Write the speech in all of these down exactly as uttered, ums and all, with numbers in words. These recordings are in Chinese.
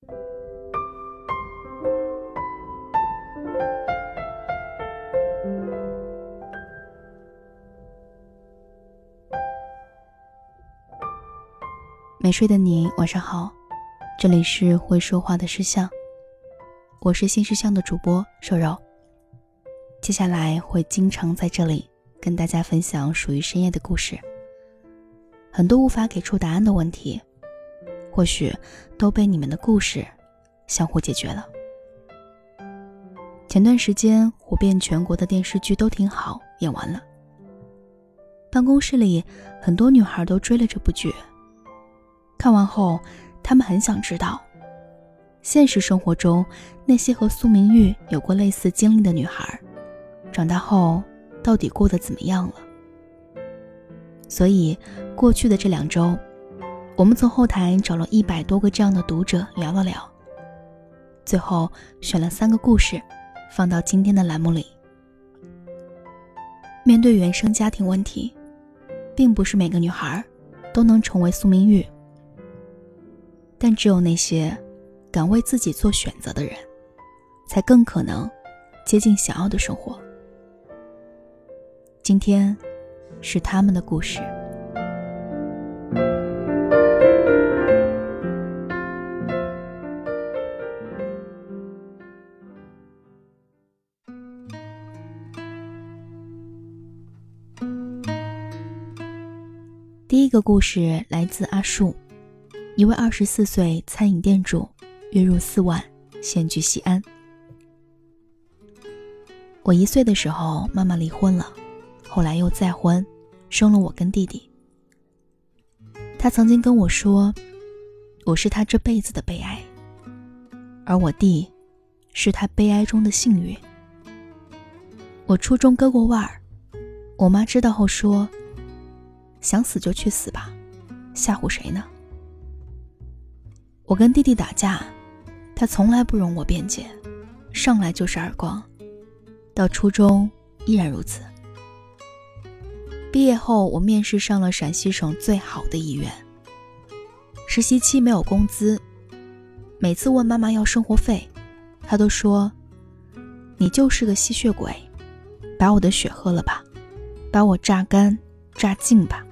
没睡的你晚上好，这里是会说话的诗象，我是新诗象的主播瘦肉。接下来会经常在这里跟大家分享属于深夜的故事，很多无法给出答案的问题，或许都被你们的故事相互解决了。前段时间火遍全国的电视剧都挺好，演完了，办公室里很多女孩都追了这部剧。看完后，他们很想知道，现实生活中那些和苏明玉有过类似经历的女孩，长大后到底过得怎么样了？所以，过去的这两周，我们从后台找了一百多个这样的读者聊了聊，最后选了三个故事，放到今天的栏目里。面对原生家庭问题，并不是每个女孩都能成为苏明玉。但只有那些敢为自己做选择的人，才更可能接近想要的生活。今天是他们的故事。第一个故事来自阿树，一位二十四岁餐饮店主，月入四万，现居西安。我一岁的时候，妈妈离婚了，后来又再婚，生了我跟弟弟。她曾经跟我说，我是她这辈子的悲哀，而我弟是她悲哀中的幸运。我初中割过腕儿，我妈知道后说，想死就去死吧，吓唬谁呢？我跟弟弟打架，他从来不容我辩解，上来就是耳光，到初中依然如此。毕业后，我面试上了陕西省最好的医院，实习期没有工资，每次问妈妈要生活费，她都说，你就是个吸血鬼，把我的血喝了吧，把我榨干榨净吧。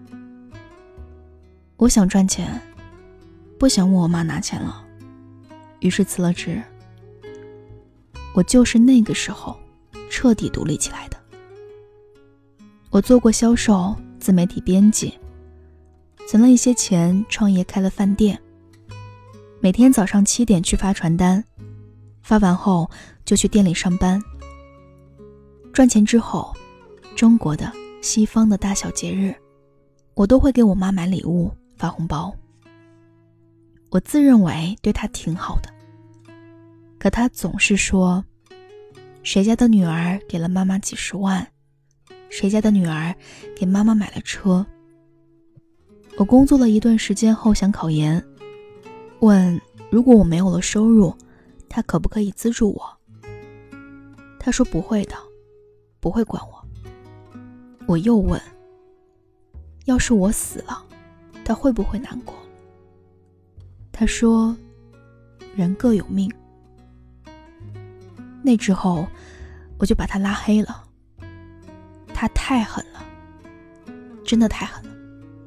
我想赚钱，不想问我妈拿钱了，于是辞了职。我就是那个时候彻底独立起来的。我做过销售、自媒体编辑，存了一些钱，创业开了饭店。每天早上七点去发传单，发完后就去店里上班。赚钱之后，中国的、西方的大小节日，我都会给我妈买礼物、发红包。我自认为对她挺好的，可她总是说，谁家的女儿给了妈妈几十万，谁家的女儿给妈妈买了车。我工作了一段时间后想考研，问如果我没有了收入，她可不可以资助我？她说不会的，不会管我。我又问，要是我死了，她会不会难过？他说，人各有命。那之后，我就把他拉黑了。他太狠了，真的太狠了。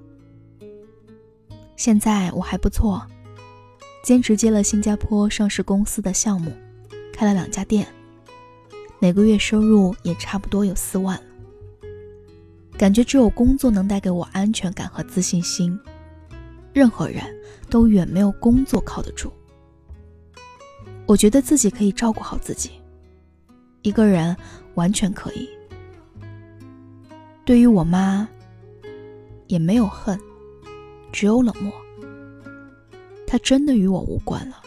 现在我还不错，兼职接了新加坡上市公司的项目，开了两家店，每个月收入也差不多有四万了。感觉只有工作能带给我安全感和自信心，任何人都远没有工作靠得住。我觉得自己可以照顾好自己，一个人完全可以。对于我妈，也没有恨，只有冷漠。她真的与我无关了，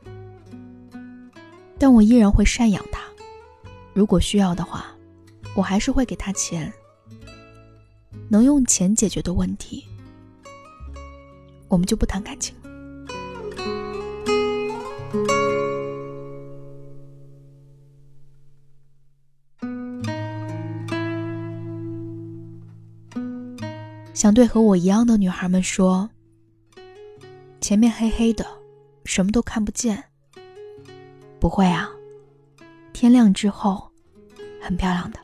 但我依然会赡养她。如果需要的话，我还是会给她钱。能用钱解决的问题，我们就不谈感情了。想对和我一样的女孩们说，前面黑黑的， 什么都看不见。不会啊，天亮之后很漂亮的。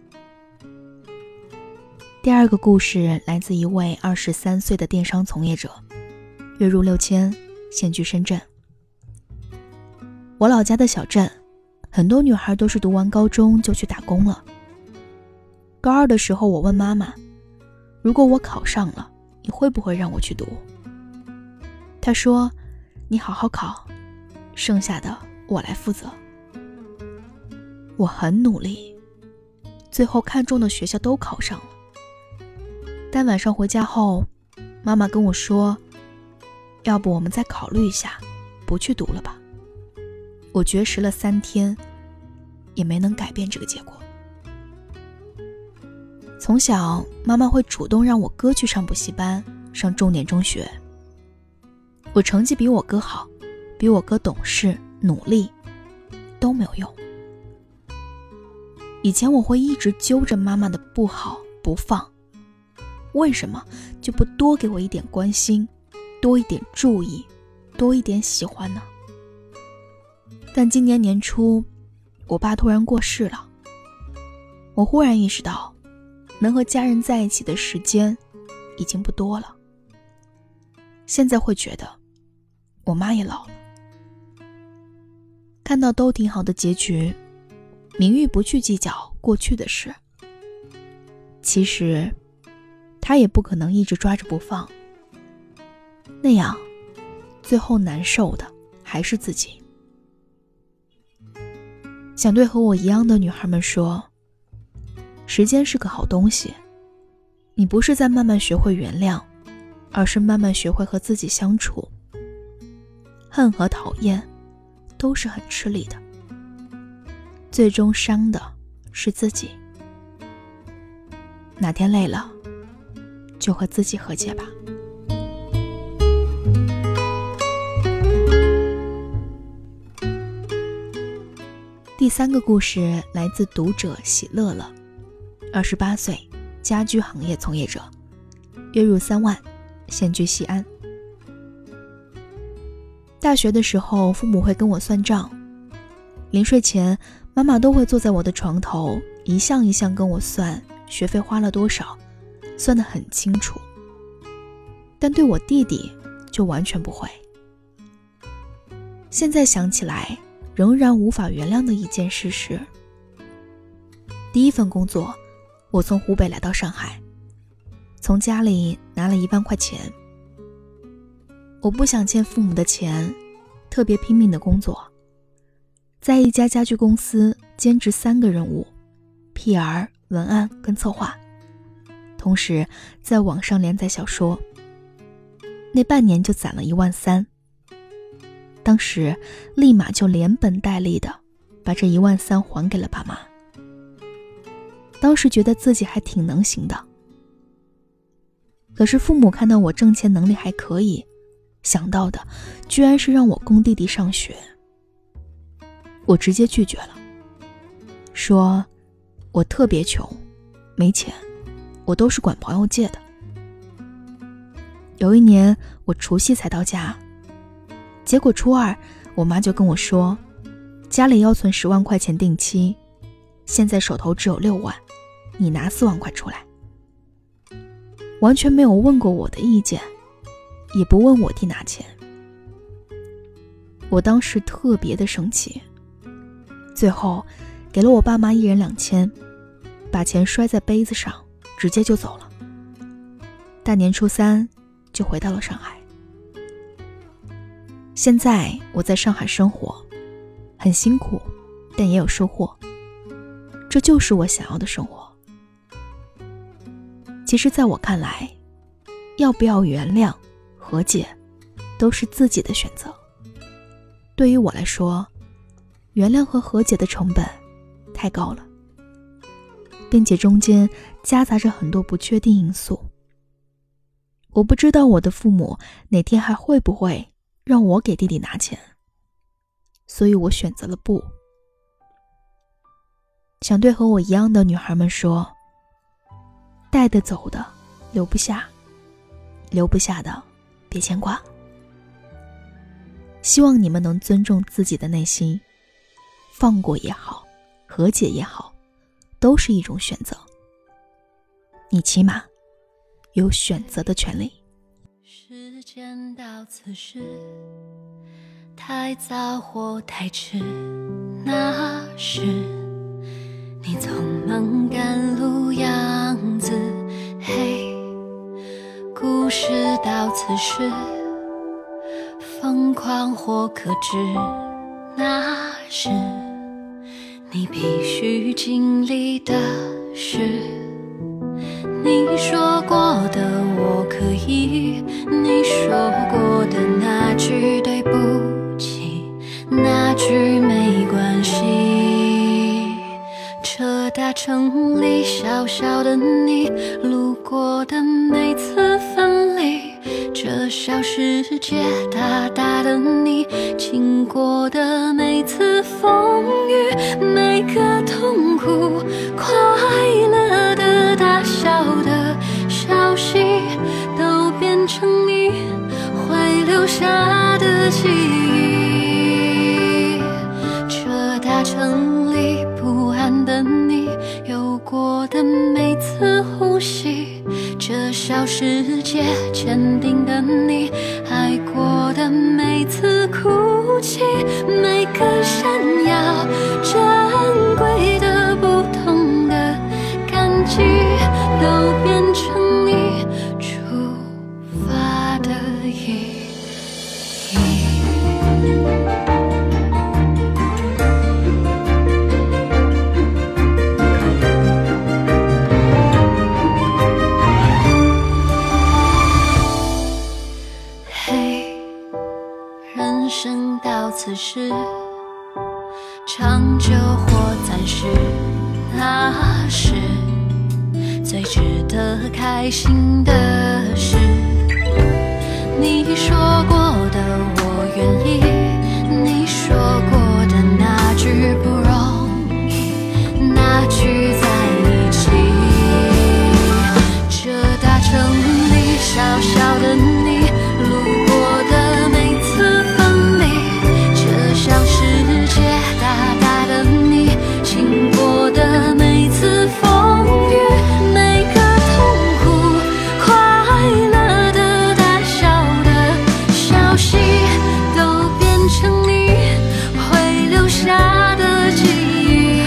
第二个故事来自一位二十三岁的电商从业者，月入六千，现居深圳。我老家的小镇，很多女孩都是读完高中就去打工了。高二的时候，我问妈妈，如果我考上了，你会不会让我去读？她说，你好好考，剩下的我来负责。我很努力，最后看中的学校都考上了。但晚上回家后，妈妈跟我说，要不我们再考虑一下，不去读了吧。我绝食了三天，也没能改变这个结果。从小，妈妈会主动让我哥去上补习班，上重点中学。我成绩比我哥好，比我哥懂事努力，都没有用。以前我会一直揪着妈妈的不好不放，为什么就不多给我一点关心，多一点注意，多一点喜欢呢？但今年年初，我爸突然过世了，我忽然意识到，能和家人在一起的时间已经不多了。现在会觉得，我妈也老了。看到都挺好的结局，明玉不去计较过去的事。其实他也不可能一直抓着不放，那样最后难受的还是自己。想对和我一样的女孩们说，时间是个好东西，你不是在慢慢学会原谅，而是慢慢学会和自己相处。恨和讨厌都是很吃力的，最终伤的是自己。哪天累了，就和自己和解吧。第三个故事来自读者喜乐乐，二十八岁，家居行业从业者，月入三万，现居西安。大学的时候，父母会跟我算账，临睡前，妈妈都会坐在我的床头，一项一项跟我算学费花了多少，算得很清楚。但对我弟弟就完全不会。现在想起来，仍然无法原谅的一件事是，第一份工作，我从湖北来到上海，从家里拿了一万块钱。我不想欠父母的钱，特别拼命的工作，在一家家具公司兼职三个任务 P R、 文案跟策划，同时在网上连载小说。那半年就攒了一万三，当时立马就连本带利的把这一万三还给了爸妈。当时觉得自己还挺能行的，可是父母看到我挣钱能力还可以，想到的居然是让我供弟弟上学。我直接拒绝了，说我特别穷，没钱，我都是管朋友借的。有一年我除夕才到家，结果初二我妈就跟我说，家里要存十万块钱定期，现在手头只有六万，你拿四万块出来。完全没有问过我的意见，也不问我弟拿钱。我当时特别的生气，最后给了我爸妈一人两千，把钱摔在杯子上，直接就走了。大年初三就回到了上海。现在我在上海生活，很辛苦，但也有收获，这就是我想要的生活。其实在我看来，要不要原谅和解都是自己的选择。对于我来说，原谅和和解的成本太高了，并且中间夹杂着很多不确定因素。我不知道我的父母哪天还会不会让我给弟弟拿钱，所以我选择了不。想对和我一样的女孩们说，带得走的留不下，留不下的别牵挂。 希望你们能尊重自己的内心，放过也好，和解也好，都是一种选择。你起码有选择的权利。 时间到此时，太早或太迟，那时你匆忙赶路样子，嘿，故事到此时，疯狂或克制，那是你必须经历的事。你说过的我可以，你说过的那句对不起，那句没关系，这大城里小小的你，路过的每次分离，这小世界大大的你，经过的每次风雨，每个痛苦快乐的大小的消息，都变成你会留下的记忆。这大城里不安的你，有过的每次呼吸，这小世界坚定的你，爱过的每次哭泣，每个闪耀珍贵的不同的感激，都变成你出发的意义。嘿，人生到此时，长久或暂时，那是最值得开心的事。你说过的我愿意，你说过的那句不容易，那句在一起，这大城里小小的你，路过的每次分离，这小世界大大的你，经过的每次风雨，每个痛苦快乐的大小的消息，都变成你会留下的记忆。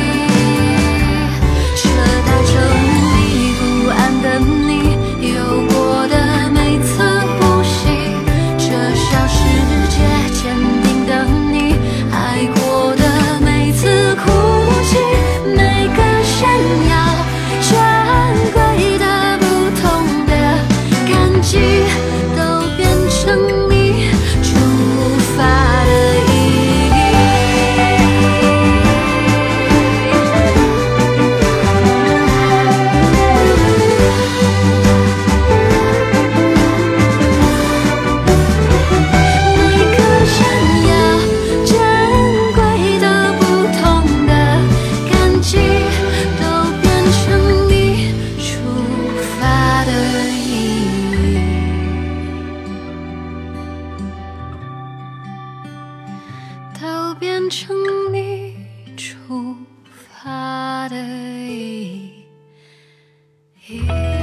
这大城里不安的你，有过的每次呼吸，这小世界坚定的你，爱过的每次哭泣，每个闪耀珍贵的不同的感激，都变成你出发的意义。每个闪耀珍贵的不同的感激，都变成你出发的意义，都变成你出发的意义。